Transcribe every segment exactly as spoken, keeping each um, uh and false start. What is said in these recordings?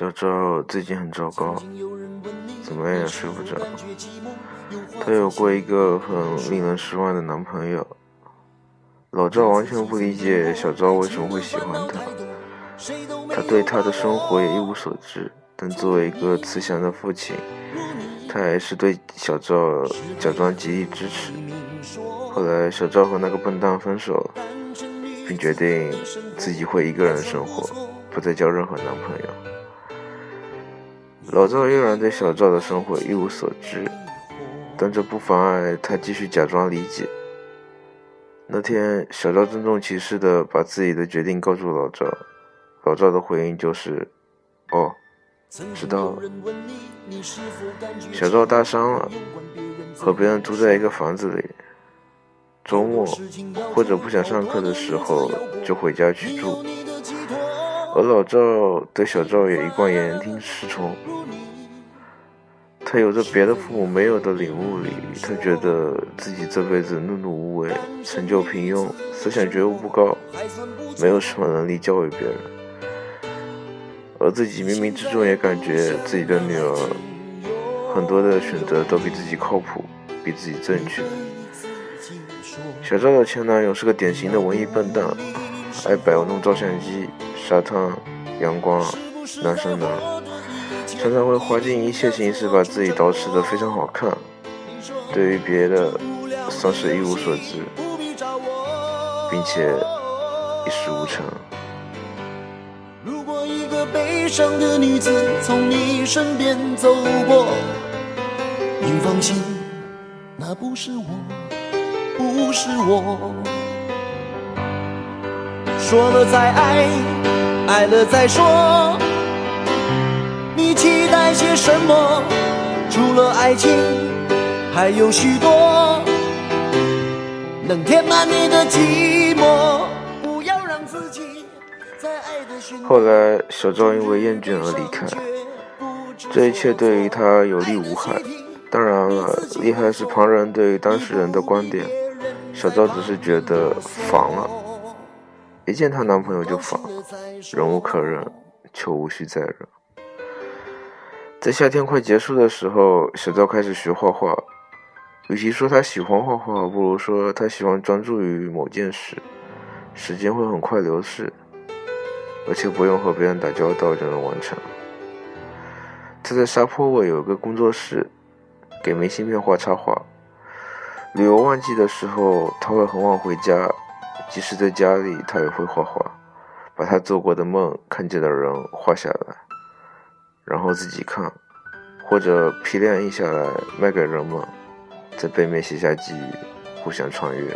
小赵最近很糟糕，怎么样也睡不着。她有过一个很令人失望的男朋友，老赵完全不理解小赵为什么会喜欢他，他对他的生活也一无所知，但作为一个慈祥的父亲，他还是对小赵假装极力支持。后来小赵和那个笨蛋分手了，并决定自己会一个人生活，不再交任何男朋友。老赵依然对小赵的生活一无所知，但这不妨碍他继续假装理解。那天小赵郑重其事地把自己的决定告诉老赵，老赵的回应就是哦，知道了。小赵大伤了，和别人住在一个房子里，周末或者不想上课的时候就回家去住，而老赵对小赵也一贯言听侍从。他有着别的父母没有的领悟力，他觉得自己这辈子碌碌无为，成就平庸，思想觉悟不高，没有什么能力教育别人，而自己冥冥之中也感觉自己的女儿很多的选择都比自己靠谱，比自己正确。小赵的前男友是个典型的文艺笨蛋，爱摆弄照相机、沙滩、阳光、男生男，常常会花尽一切心思把自己捯饬得非常好看，对于别的算是一无所知，并且一事无成。 如果一个悲伤的女子从你身边走过，请放心，那不是我，不是我。说了再爱，爱了再说，你期待些什么？除了爱情，还有许多能填满你的寂寞。不要让自己在爱的漩涡。 后来小赵因为厌倦而离开，这一切对于他有利无害。当然了，厉害是旁人对于当事人的观点，小赵只是觉得烦了，一见她男朋友就烦，忍无可忍，就无需再忍。在夏天快结束的时候，小赵开始学画画。与其说他喜欢画画，不如说他喜欢专注于某件事，时间会很快流逝，而且不用和别人打交道就能完成。他在沙坡尾有个工作室，给明信片画插画。旅游旺季的时候，他会很晚回家，即使在家里他也会画画，把他做过的梦、看见的人画下来，然后自己看，或者批量印下来卖给人们，在背面写下寄语，互相穿越。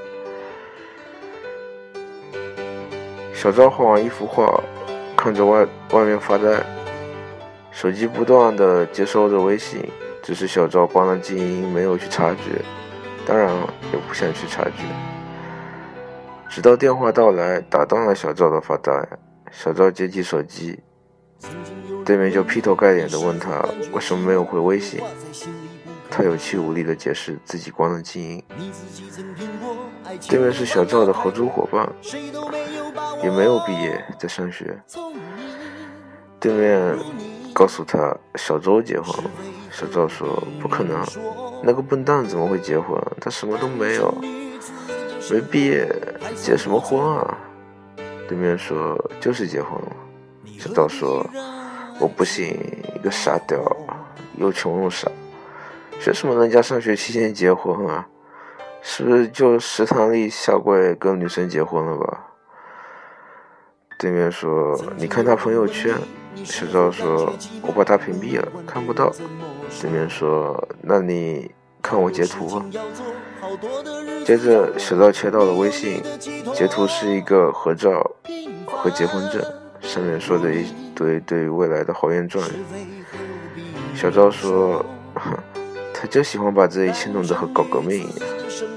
小赵画完一幅画，看着外外面发呆，手机不断地接收着微信，只是小赵关了静音，没有去察觉，当然也不想去察觉。直到电话到来，打断了小赵的发呆。小赵接起手机，对面就劈头盖脸地问他为什么没有回微信。他有气无力地解释自己关了静音。对面是小赵的合租伙伴，也没有毕业，在上学。对面告诉他小周结婚了。小赵说不可能，那个笨蛋怎么会结婚？他什么都没有，没毕业，结什么婚啊？对面说就是结婚了。小赵说我不信，一个傻屌，又穷又傻，学什么人家上学期间结婚啊？是不是就食堂里下跪跟女生结婚了吧？对面说你看他朋友圈。小赵说我把他屏蔽了，看不到。对面说那你看我截图吧。接着小赵切到了微信，截图是一个合照和结婚证，上面说着一堆对于未来的豪言壮语。小赵说他就喜欢把这一切弄得和搞革命一样。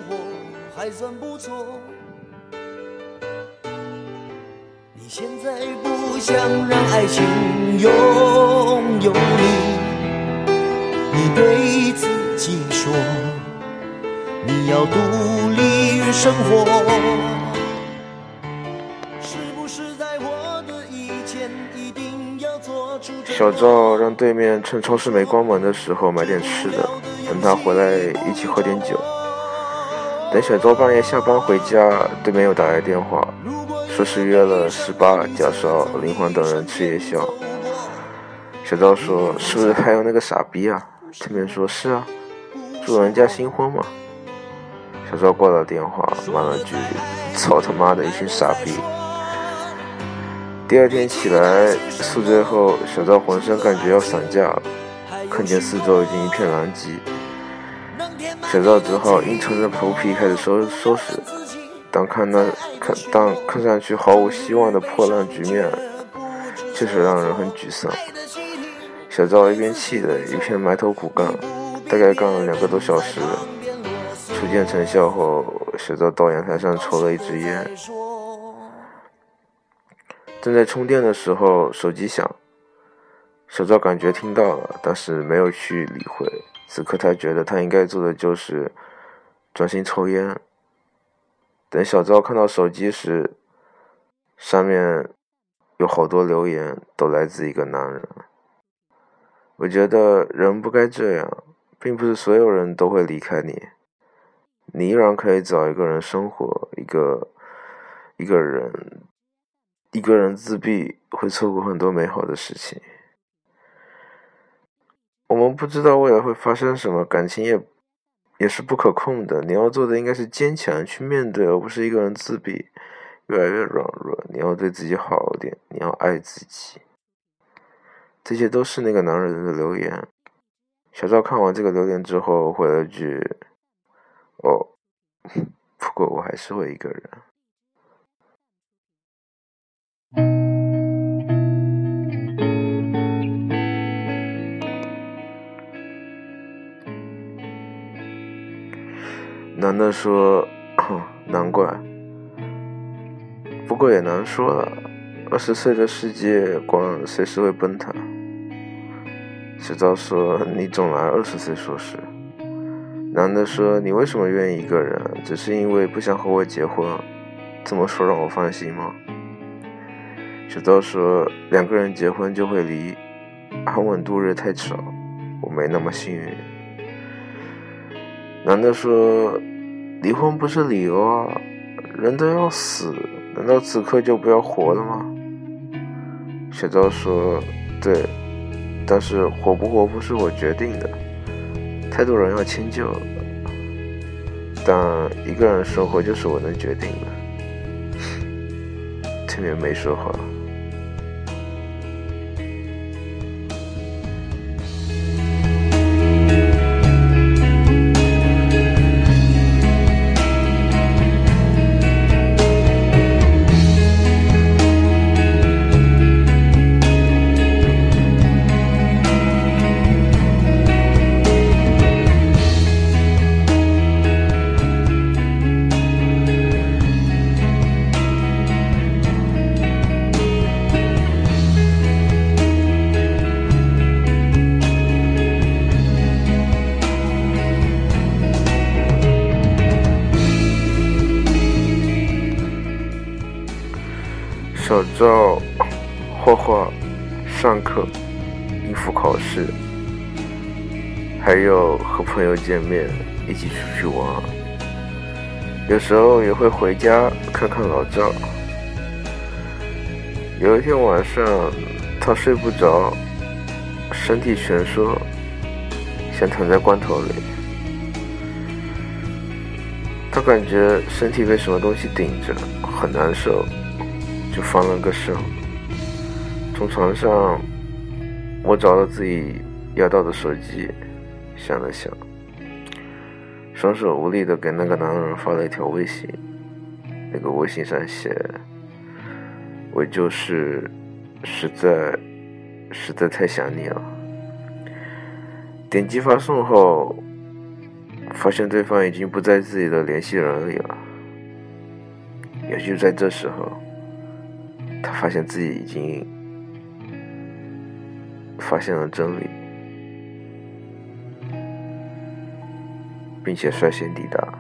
你现在不想让爱情拥有你，你对自己说你要独立生活，是不是在我的以前一定要做出小赵让对面趁超市没关门的时候买点吃的，等他回来一起喝点酒。等小赵半夜下班回家，对面又打来电话，说是约了十八、贾少、林欢等人吃夜宵。小赵说：“是不是还有那个傻逼啊？”对面说：“是啊，祝人家新婚嘛。”小赵挂了电话，骂了句：“操他妈的一群傻逼！”第二天起来宿醉后，小赵浑身感觉要散架了，看见四周已经一片狼藉，小赵只好硬撑着头皮开始收收拾。当看那看当看上去毫无希望的破烂局面，确实让人很沮丧。小赵一边气得一边埋头苦干，大概干了两个多小时。初见成效后，小赵到阳台上抽了一支烟。正在充电的时候，手机响，小赵感觉听到了，但是没有去理会。此刻他觉得他应该做的就是专心抽烟。等小赵看到手机时，上面有好多留言，都来自一个男人。我觉得人不该这样，并不是所有人都会离开你，你依然可以找一个人生活，一个一个人一个人自闭会错过很多美好的事情。我们不知道未来会发生什么，感情也也是不可控的，你要做的应该是坚强去面对，而不是一个人自闭越来越软弱。你要对自己好一点，你要爱自己。这些都是那个男人的留言。小赵看完这个留言之后回了句：哦，不过我还是会一个人。男的说：难怪，不过也难说了，二十岁的世界观随时会崩塌。小赵说：你总来二十岁说事。男的说：你为什么愿意一个人？只是因为不想和我结婚，这么说让我放心吗？小赵说：两个人结婚就会离，安稳度日太少，我没那么幸运。男的说：离婚不是理由啊，人都要死，难道此刻就不要活了吗？小赵说：对，但是活不活不是我决定的，太多人要迁就了，但一个人生活就是我能决定的。对面没说话。小赵画画、上课、应付考试，还有和朋友见面，一起出去玩。有时候也会回家看看老赵。有一天晚上，他睡不着，身体蜷缩，想躺在罐头里。他感觉身体被什么东西顶着，很难受，就翻了个身，从床上我找到自己要到的手机，想了想，双手无力地给那个男人发了一条微信。那个微信上写：我就是实在实在太想你了。点击发送后，发现对方已经不在自己的联系人里了。也就在这时候，他发现自己已经发现了真理，并且率先抵达。